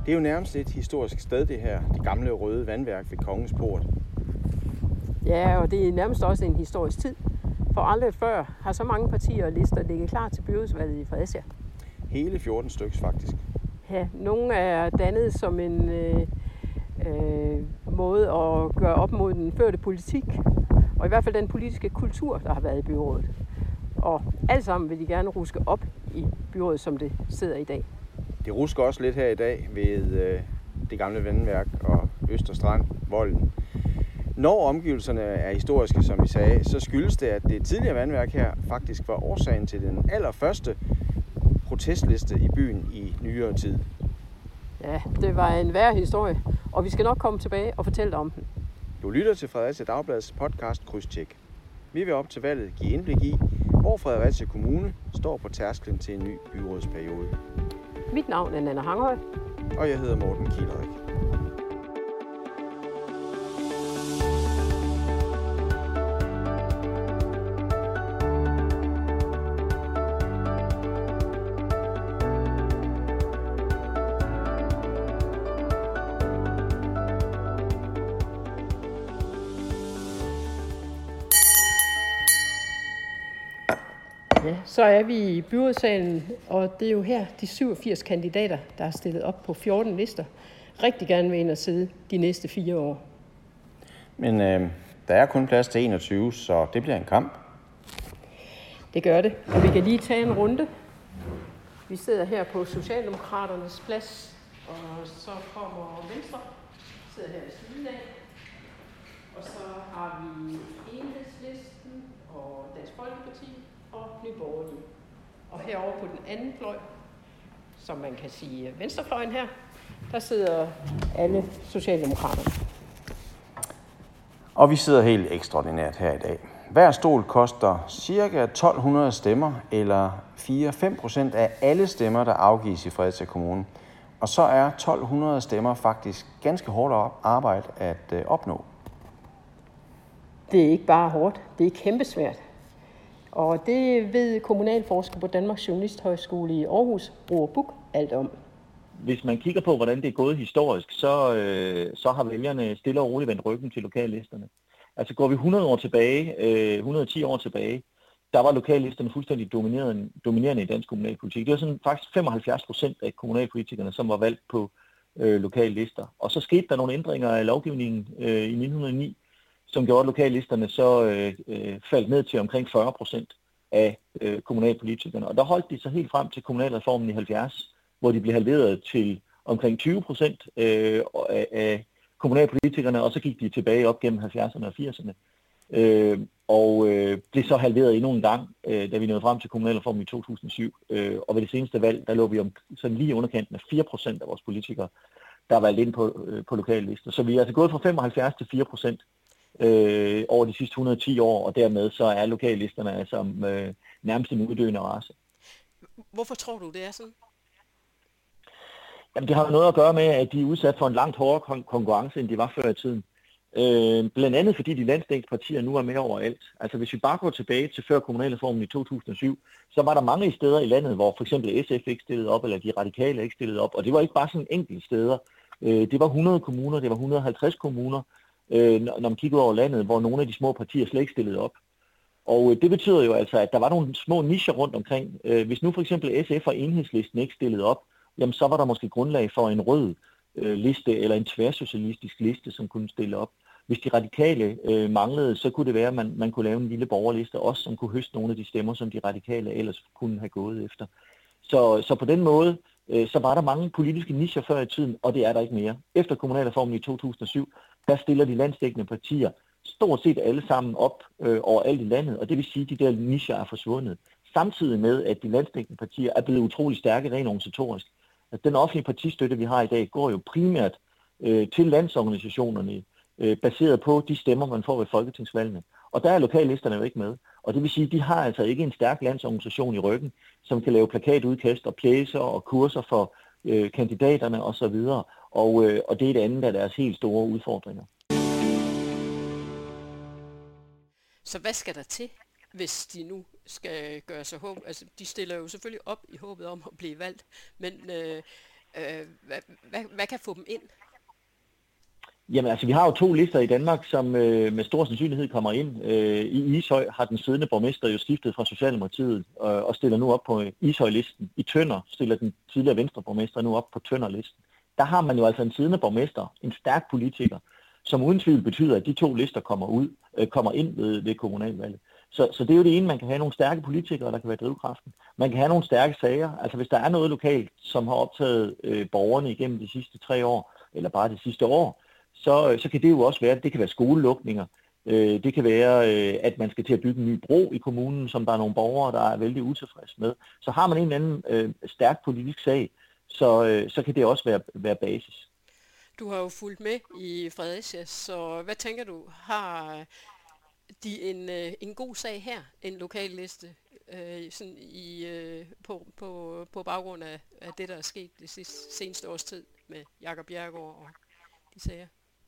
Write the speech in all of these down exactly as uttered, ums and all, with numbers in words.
Det er jo nærmest et historisk sted, det her, det gamle røde vandværk ved Kongens Port. Ja, og det er nærmest også en historisk tid. For aldrig før har så mange partier og lister ligget klar til byrådsvalget i Fredericia. Hele fjorten stykker faktisk. Ja, nogle er dannet som en øh, øh, måde at gøre op mod den førte politik, og i hvert fald den politiske kultur, der har været i byrådet. Og alt sammen vil de gerne ruske op i byrådet, som det sidder i dag. Det rusker også lidt her i dag ved øh, det gamle vandværk og Østerstrand, Volden. Når omgivelserne er historiske, som vi sagde, så skyldes det, at det tidligere vandværk her faktisk var årsagen til den allerførste protestliste i byen i nyere tid. Ja, det var en værre historie, og vi skal nok komme tilbage og fortælle dig om den. Du lytter til Fredericia Dagbladets podcast Krydstjek. Vi vil op til valget give indblik i, hvor Fredericia Kommune står på tærsklen til en ny byrådsperiode. Mit navn er Nanna Hanghøj. Og jeg hedder Morten Kielrik. Ja, så er vi i byrådssalen, og det er jo her de syvogfirs kandidater, der er stillet op på fjorten lister, rigtig gerne vil ind og sidde de næste fire år. Men øh, der er kun plads til enogtyve, så det bliver en kamp. Det gør det, og vi kan lige tage en runde. Vi sidder her på Socialdemokraternes plads, og så kommer Venstre, sidder her ved siden af. Og så har vi Enhedslisten og Dansk Folkeparti og Nye Borgerlige. Og herovre på den anden fløj, som man kan sige venstrefløjen her, der sidder alle Socialdemokraterne. Og vi sidder helt ekstraordinært her i dag. Hver stol koster ca. tolv hundrede stemmer, eller fire til fem procent af alle stemmer, der afgives i Fredericia Kommune. Og så er tolv hundrede stemmer faktisk ganske hårdt arbejde at opnå. Det er ikke bare hårdt, det er kæmpesvært. Og det ved kommunalforsker på Danmarks Journalisthøjskole i Aarhus, Roar Buch, alt om. Hvis man kigger på, hvordan det er gået historisk, så, øh, så har vælgerne stille og roligt vendt ryggen til lokallisterne. Altså går vi hundrede år tilbage, øh, hundrede og ti år tilbage, der var lokallisterne fuldstændig dominerende, dominerende i dansk kommunalpolitik. Det var sådan faktisk femoghalvfjerds procent af kommunalpolitikerne, som var valgt på øh, lokallister. Og så skete der nogle ændringer af lovgivningen øh, i nitten hundrede og ni, som gjorde, at lokallisterne så øh, øh, faldt ned til omkring fyrre procent af øh, kommunalpolitikerne. Og der holdt de sig helt frem til kommunalreformen i halvfjerds, hvor de blev halveret til omkring tyve procent øh, af, af kommunalpolitikerne, og så gik de tilbage op gennem halvfjerdserne og firserne. Øh, og øh, blev så halveret endnu en gang, øh, da vi nåede frem til kommunalreformen i to tusind og syv. Øh, og ved det seneste valg, der lå vi om sådan lige underkanten af fire procent af vores politikere, der er valgt ind på, øh, på lokale lister. Så vi er altså gået fra femoghalvfjerds til fire procent øh, over de sidste hundrede og ti år, og dermed så er lokallisterne altså øh, nærmest en uddøende race. Hvorfor tror du, det er sådan? Jamen, det har noget at gøre med, at de er udsat for en langt hårdere konkurrence, end de var før i tiden. Øh, blandt andet fordi de landsdækkende partier nu er med overalt. Altså hvis vi bare går tilbage til før kommunalreformen i to tusind og syv, så var der mange steder i landet, hvor for eksempel S F ikke stillede op, eller de radikale ikke stillede op. Og det var ikke bare sådan enkelte steder. Øh, det var hundrede kommuner, det var et hundrede og halvtreds kommuner, øh, når man kiggede over landet, hvor nogle af de små partier slet ikke stillede op. Og øh, det betyder jo altså, at der var nogle små nicher rundt omkring. Øh, hvis nu for eksempel S F og Enhedslisten ikke stillede op, jamen så var der måske grundlag for en rød øh, liste eller en tværsocialistisk liste, som kunne stille op. Hvis de radikale øh, manglede, så kunne det være, at man, man kunne lave en lille borgerliste også, som kunne høste nogle af de stemmer, som de radikale ellers kunne have gået efter. Så, så på den måde, øh, så var der mange politiske nicher før i tiden, og det er der ikke mere. Efter kommunalreformen i to tusind og syv, der stiller de landsdækkende partier stort set alle sammen op øh, overalt i landet, og det vil sige, at de der nicher er forsvundet. Samtidig med, at de landsdækkende partier er blevet utrolig stærke rent organisatorisk. At den offentlige partistøtte, vi har i dag, går jo primært øh, til landsorganisationerne, øh, baseret på de stemmer, man får ved folketingsvalgene. Og der er lokallisterne jo ikke med. Og det vil sige, at de har altså ikke en stærk landsorganisation i ryggen, som kan lave plakatudkast og pjæser og kurser for øh, kandidaterne osv. Og, øh, og det er det andet af deres helt store udfordringer. Så hvad skal der til, hvis de nu skal gøre sig håb? Altså, de stiller jo selvfølgelig op i håbet om at blive valgt, men øh, Øh, hvad, hvad, hvad kan få dem ind? Jamen altså, vi har jo to lister i Danmark, som øh, med stor sandsynlighed kommer ind. Øh, I Ishøj har den siddende borgmester jo skiftet fra Socialdemokratiet øh, og stiller nu op på Ishøj-listen. I Tønder stiller den tidligere venstreborgmester nu op på Tønder-listen. Der har man jo altså en siddende borgmester, en stærk politiker, som uden tvivl betyder, at de to lister kommer ud, øh, kommer ind ved, ved kommunalvalget. Så, så det er jo det ene, man kan have nogle stærke politikere, der kan være drivkraften. Man kan have nogle stærke sager. Altså hvis der er noget lokalt, som har optaget øh, borgerne igennem de sidste tre år, eller bare det sidste år, så, så kan det jo også være, det kan være skolelukninger. Øh, det kan være, øh, at man skal til at bygge en ny bro i kommunen, som der er nogle borgere, der er vældig utilfredse med. Så har man en eller anden øh, stærk politisk sag, så, øh, så kan det også være, være basis. Du har jo fulgt med i Fredericia, så hvad tænker du? Har de en, en god sag her, en lokal liste, øh, sådan i, øh, på, på, på baggrund af, af det, der er sket det sidste, seneste års tid med Jakob Bjerregaard og de sager?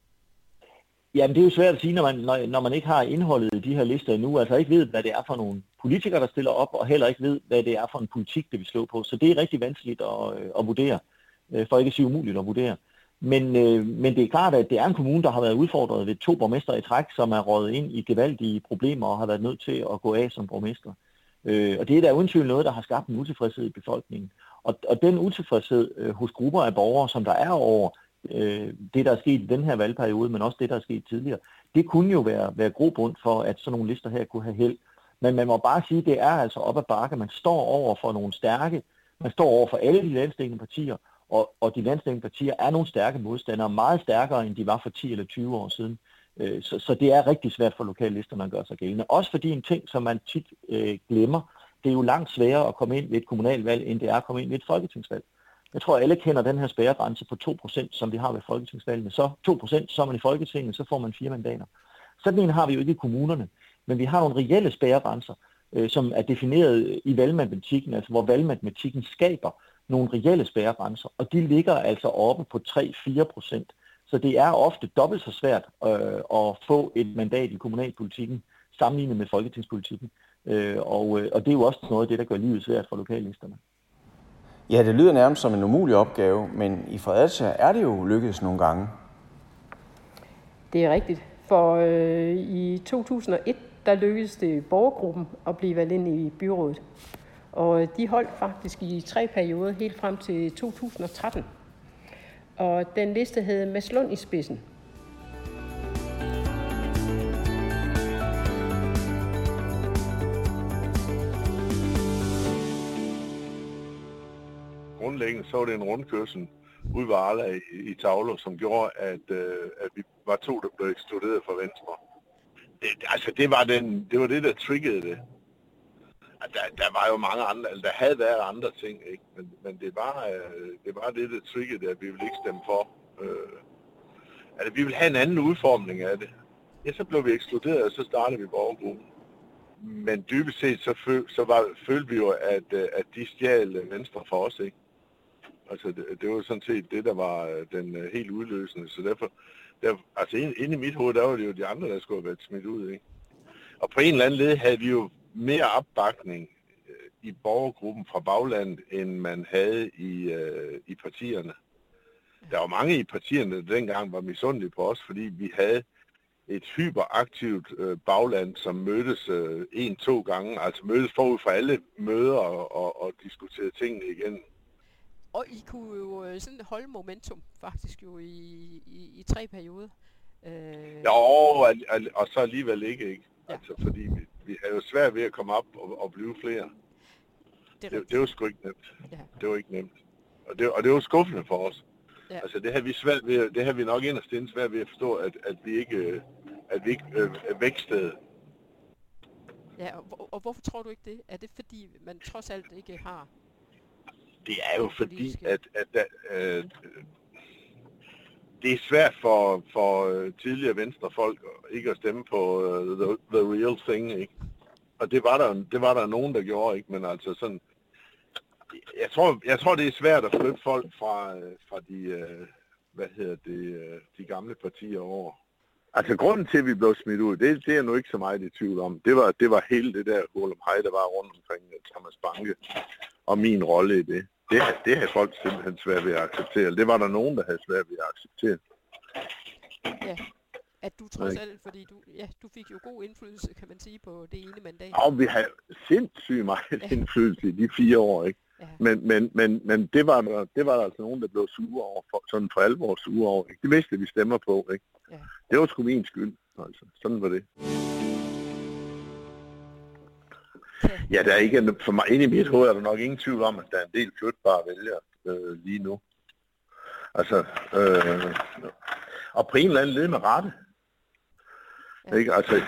Jamen det er jo svært at sige, når man, når, når man ikke har indholdet i de her lister endnu, altså ikke ved, hvad det er for nogle politikere, der stiller op, og heller ikke ved, hvad det er for en politik, det vil slå på. Så det er rigtig vanskeligt at, at vurdere, for ikke at sige umuligt at vurdere. Men, øh, men det er klart, at det er en kommune, der har været udfordret ved to borgmester i træk, som er røget ind i gevaldige problemer og har været nødt til at gå af som borgmester. Øh, og det er da uden tvivl noget, der har skabt en utilfredshed i befolkningen. Og, og den utilfredshed øh, hos grupper af borgere, som der er over øh, det, der er sket i den her valgperiode, men også det, der er sket tidligere, det kunne jo være, være grobund for, at sådan nogle lister her kunne have held. Men man må bare sige, at det er altså op ad bakke. Man står over for nogle stærke, man står over for alle de landsdækkende partier, Og, og de landsdækkende partier er nogle stærke modstandere, meget stærkere end de var for ti eller tyve år siden. Øh, så, så det er rigtig svært for lokallisterne at gøre sig gældende. Også fordi en ting, som man tit øh, glemmer, det er jo langt sværere at komme ind ved et kommunalvalg, end det er at komme ind ved et folketingsvalg. Jeg tror, alle kender den her spærregrænse på to procent, som vi har ved folketingsvalgene. Så to procent, så er man i Folketinget, så får man fire mandater. Sådan en har vi jo ikke i kommunerne, men vi har nogle reelle spærregrænser, øh, som er defineret i valgmatematikken, altså hvor valgmatematikken skaber nogle reelle spærregrænser, og de ligger altså oppe på tre til fire procent. Så det er ofte dobbelt så svært øh, at få et mandat i kommunalpolitikken, sammenlignet med folketingspolitikken. Øh, og, og det er jo også noget af det, der gør livet svært for lokallisterne. Ja, det lyder nærmest som en umulig opgave, men i Fredericia er det jo lykkedes nogle gange. Det er rigtigt, for øh, i to tusind og et, der lykkedes det borgergruppen at blive valgt ind i byrådet. Og de holdt faktisk i tre perioder helt frem til to tusind og tretten. Og den liste hed Mads Lund i spidsen. Grundlæggende så var det en rundkørsel ude ved Arla i, i Tavlo, som gjorde, at, øh, at vi var to, der blev ekskluderet fra Venstre. Det, altså det var, den, det var det, der triggede det. Der, der var jo mange andre, altså der havde været andre ting, ikke? Men, men det var øh, det var det, der triggede, at vi ville ikke stemme for. Øh, altså vi ville have en anden udformning af det. Ja, så blev vi ekskluderet, og så startede vi borgergruppen. Men dybest set, så, føl, så var, følte vi jo, at, at de stjal Venstre for os, ikke? Altså det, det var sådan set det, der var den helt udløsende. Så derfor, der, altså inde, inde i mit hoved, der var det jo de andre, der skulle have været smidt ud, ikke? Og på en eller anden led havde vi jo mere opbakning øh, i borgergruppen fra baglandet, end man havde i, øh, i partierne. Der var mange i partierne, der dengang var misundelige på os, fordi vi havde et hyperaktivt øh, bagland, som mødtes øh, en-to gange, altså mødtes forud for alle møder og, og, og diskuterede tingene igen. Og I kunne jo sådan holde momentum, faktisk jo i, i, i tre perioder. Øh... Ja, og, og, og så alligevel ikke, ikke? Ja. Altså, fordi vi, vi havde jo svært ved at komme op og, og blive flere. Det, det, det var sgu ikke nemt. Ja. Det var ikke nemt. Og det, og det var skuffende for os. Ja. Altså, det har vi svært ved, det har vi nok inderst inde svært ved at forstå, at, at vi ikke, at vi ikke øh, vækstede. Ja, og, og hvorfor tror du ikke det? Er det fordi, man trods alt ikke har... Det er jo fordi, at, at, at øh, det er svært for, for tidligere venstrefolk ikke at stemme på uh, the, the real thing, ikke? Og det var der, det var der nogen, der gjorde, ikke? Men altså sådan, jeg tror, jeg tror det er svært at flytte folk fra, fra de, uh, hvad hedder det, uh, de gamle partier over. Altså grunden til, at vi blev smidt ud, det, det er nu ikke så meget i tvivl om. Det var, det var hele det der hurlumhej, der var rundt omkring Thomas Banke og min rolle i det. det, det havde folk simpelthen svært ved at acceptere. Det var der nogen, der havde svært ved at acceptere. Ja, at du trods alt, fordi du, ja, du fik jo god indflydelse, kan man sige, på det ene mandat. Og vi havde sindssygt meget ja. indflydelse i de fire år, ikke? Ja. Men, men, men, men det, var, det var der altså nogen, der blev sure over, for, sådan for alvor sure over. Ikke? Det vidste vi stemmer på, ikke? Ja. Det var sgu min skyld, altså. Sådan var det. Ja, ja der er ikke, for mig inde i mit hoved er der nok ingen tvivl om, at der er en del flytbare vælgere øh, lige nu. Altså, øh, og på en eller anden led med rette. Ja. Ikke? Altså,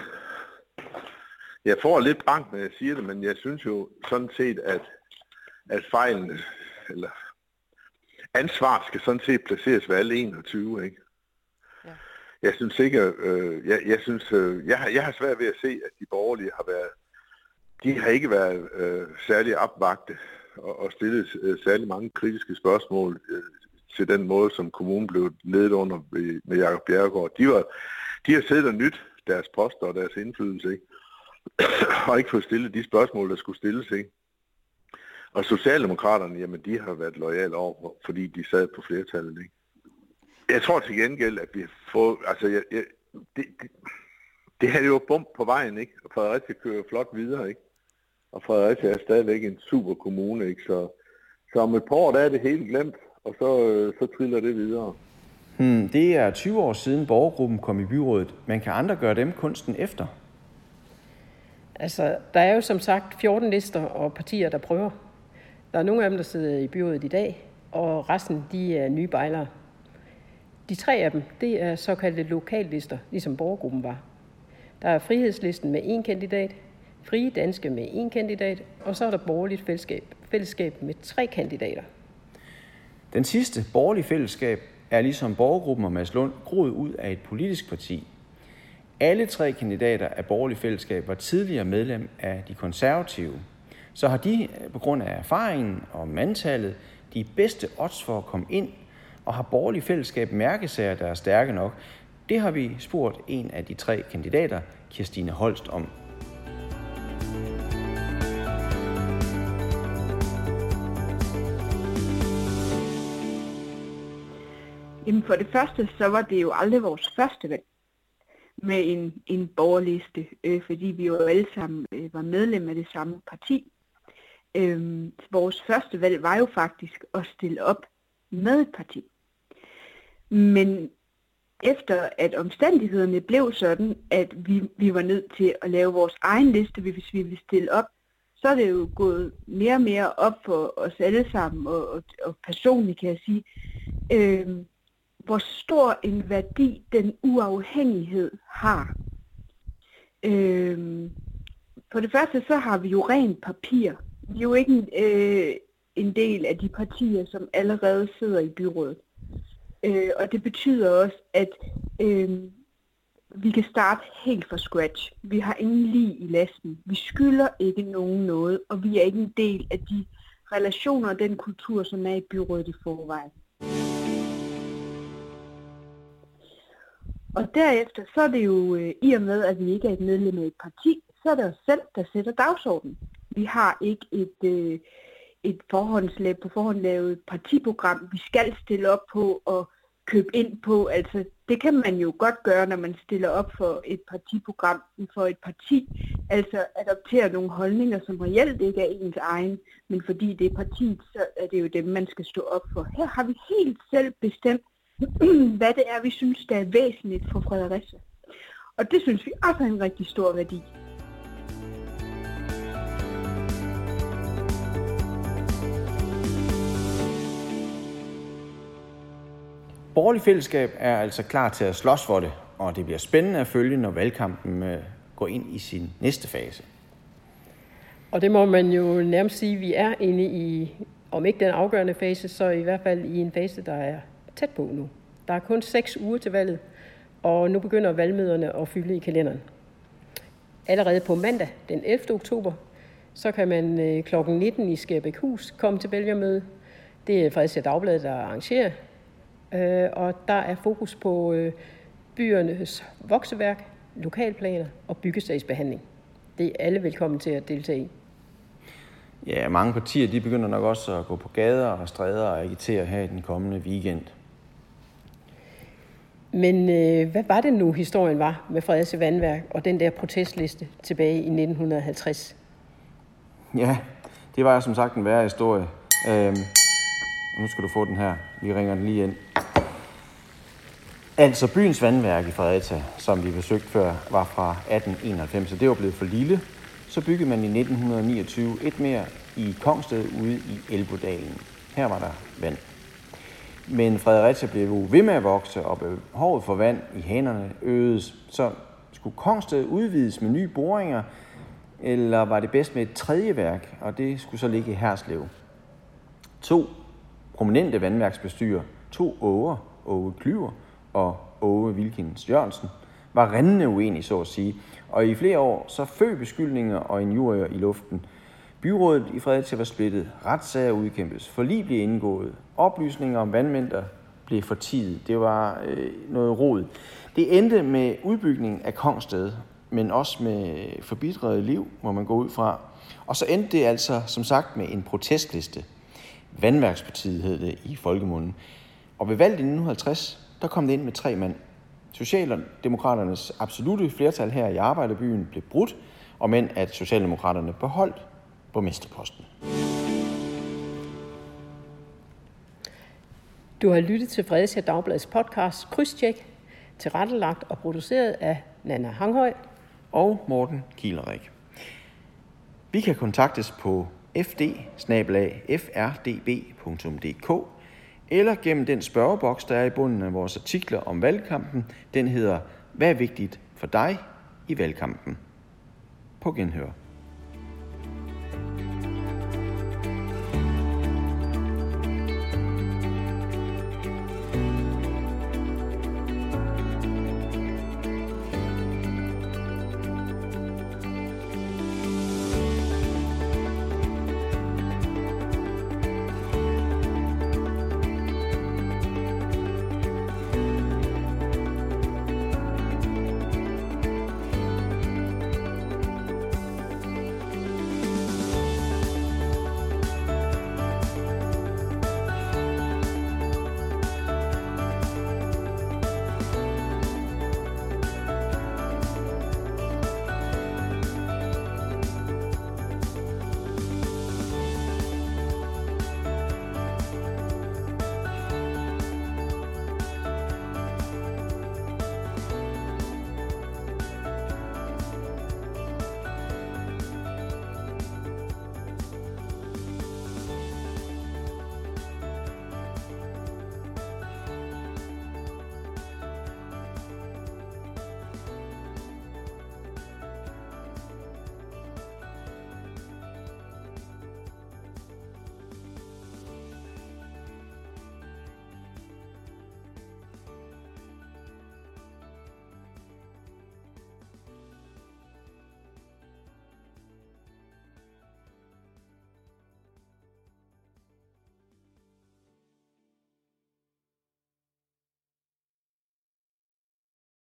jeg får lidt bank, når jeg siger det, men jeg synes jo sådan set, at, at fejlen, eller ansvar skal sådan set placeres ved alle enogtyve, ikke? Ja. Jeg synes ikke, øh, jeg, jeg synes, øh, jeg, jeg har svært ved at se, at de borgerlige har været, de har ikke været øh, særlig opvagte og, og stillet øh, særlig mange kritiske spørgsmål øh, til den måde, som kommunen blev ledet under med, med Jacob Bjerregaard. De, var, de har siddet og nyt deres poster og deres indflydelse, ikke? Og ikke fået stillet de spørgsmål, der skulle stilles, ikke? Og Socialdemokraterne, jamen de har været loyale over, fordi de sad på flertallet, ikke? Jeg tror til gengæld, at vi får, altså jeg, jeg, det, det, det her er jo bump på vejen, ikke? Og Fredericia kører flot videre, ikke? Og Fredericia er stadigvæk en super kommune, ikke? Så, så om et par år, der er det helt glemt, og så, så triller det videre. Hmm, det er tyve år siden borgergruppen kom i byrådet. Man kan andre gøre dem kunsten efter? Altså, der er jo som sagt fjorten lister og partier, der prøver. Der er nogle af dem, der sidder i byrådet i dag, og resten, de er nye bejlere. De tre af dem, det er såkaldte lokallister, ligesom borgergruppen var. Der er frihedslisten med én kandidat, Frie Danske med én kandidat, og så er der borgerligt fællesskab, fællesskab med tre kandidater. Den sidste borgerlige fællesskab er ligesom borgergruppen og Mads Lund groet ud af et politisk parti. Alle tre kandidater af borgerlig fællesskab var tidligere medlem af de konservative. Så har de på grund af erfaringen og mandtallet de bedste odds for at komme ind, og har borgerlig fællesskab mærkesager, der er stærke nok. Det har vi spurgt en af de tre kandidater, Kirstine Holst, om. Jamen for det første, så var det jo aldrig vores første valg med en, en borgerliste, øh, fordi vi jo alle sammen øh, var medlem af det samme parti. Øh, vores første valg var jo faktisk at stille op med et parti. Men efter at omstændighederne blev sådan, at vi, vi var nødt til at lave vores egen liste, hvis vi ville stille op, så er det jo gået mere og mere op for os alle sammen, og, og, og personligt kan jeg sige, øh, hvor stor en værdi den uafhængighed har. Øh, for det første så har vi jo rent papir. Vi er jo ikke en, øh, en del af de partier, som allerede sidder i byrådet. Øh, og det betyder også, at øh, vi kan starte helt fra scratch. Vi har ingen lig i lasten. Vi skylder ikke nogen noget, og vi er ikke en del af de relationer og den kultur, som er i byrådet i forvejen. Og derefter, så er det jo øh, i og med, at vi ikke er et medlem af et parti, så er det os selv, der sætter dagsordenen. Vi har ikke et, øh, et forhåndslavet, på forhånd lavet partiprogram, vi skal stille op på og købe ind på. Altså, det kan man jo godt gøre, når man stiller op for et partiprogram for et parti. Altså adoptere nogle holdninger, som reelt ikke er ens egen, men fordi det er partiet, så er det jo dem, man skal stå op for. Her har vi helt selv bestemt, hvad det er, vi synes, der er væsentligt for Fredericia. Og det synes vi også er en rigtig stor værdi. Borgerlig fællesskab er altså klar til at slås for det, og det bliver spændende at følge, når valgkampen går ind i sin næste fase. Og det må man jo nærmest sige, at vi er inde i, om ikke den afgørende fase, så i hvert fald i en fase, der er tæt på nu. Der er kun seks uger til valget, og nu begynder valgmøderne at fylde i kalenderen. Allerede på mandag, den ellevte oktober, så kan man klokken nitten i Skærbækhus komme til vælgermøde. Det er Fredericia Dagblad, der arrangerer, og der er fokus på byernes vokseværk, lokalplaner og byggesagsbehandling. Det er alle velkommen til at deltage i. Ja, mange partier de begynder nok også at gå på gader og stræder og agitere her i den kommende weekend. Men øh, hvad var det nu, historien var med Fredericia Vandværk og den der protestliste tilbage i nitten halvtreds? Ja, det var som sagt en værre historie. Øhm, nu skal du få den her. Vi ringer den lige ind. Altså, byens vandværk i Fredericia, som vi besøgte før, var fra atten enoghalvfems, så det var blevet for lille. Så byggede man i nitten niogtyve et mere i Kongsted ude i Elbodalen. Her var der vand. Men Fredericia blev ved med at vokse, og behovet for vand i hanerne øgedes. Så skulle Kongsted udvides med nye boringer, eller var det bedst med et tredje værk, og det skulle så ligge i Herslev. To prominente vandværksbestyrer, to Åger, Åge Klyver og Åge Wilkins Jørgensen, var rindende uenige, så at sige. Og i flere år så føg beskyldninger og injurier i luften. Byrådet i Fredericia var splittet, retssager udkæmpes, forlig blev indgået, oplysninger om vandmængder blev fortiet. Det var øh, noget rod. Det endte med udbygning af Kongsted, men også med forbitret liv, må man gå ud fra. Og så endte det altså, som sagt, med en protestliste. Vandværkspartiet hed det i folkemunden. Og ved valget i nitten halvtreds, der kom det ind med tre mand. Socialdemokraternes absolute flertal her i Arbejderbyen blev brudt, og men at Socialdemokraterne beholdt borgmesterposten. Du har lyttet til Fredericia Dagbladets podcast Krydstjek, tilrettelagt og produceret af Nanna Hanghøj og Morten Kielerik. Vi kan kontaktes på f d bindestreg f r d b punktum d k eller gennem den spørgeboks, der er i bunden af vores artikler om valgkampen. Den hedder, hvad er vigtigt for dig i valgkampen? På genhør.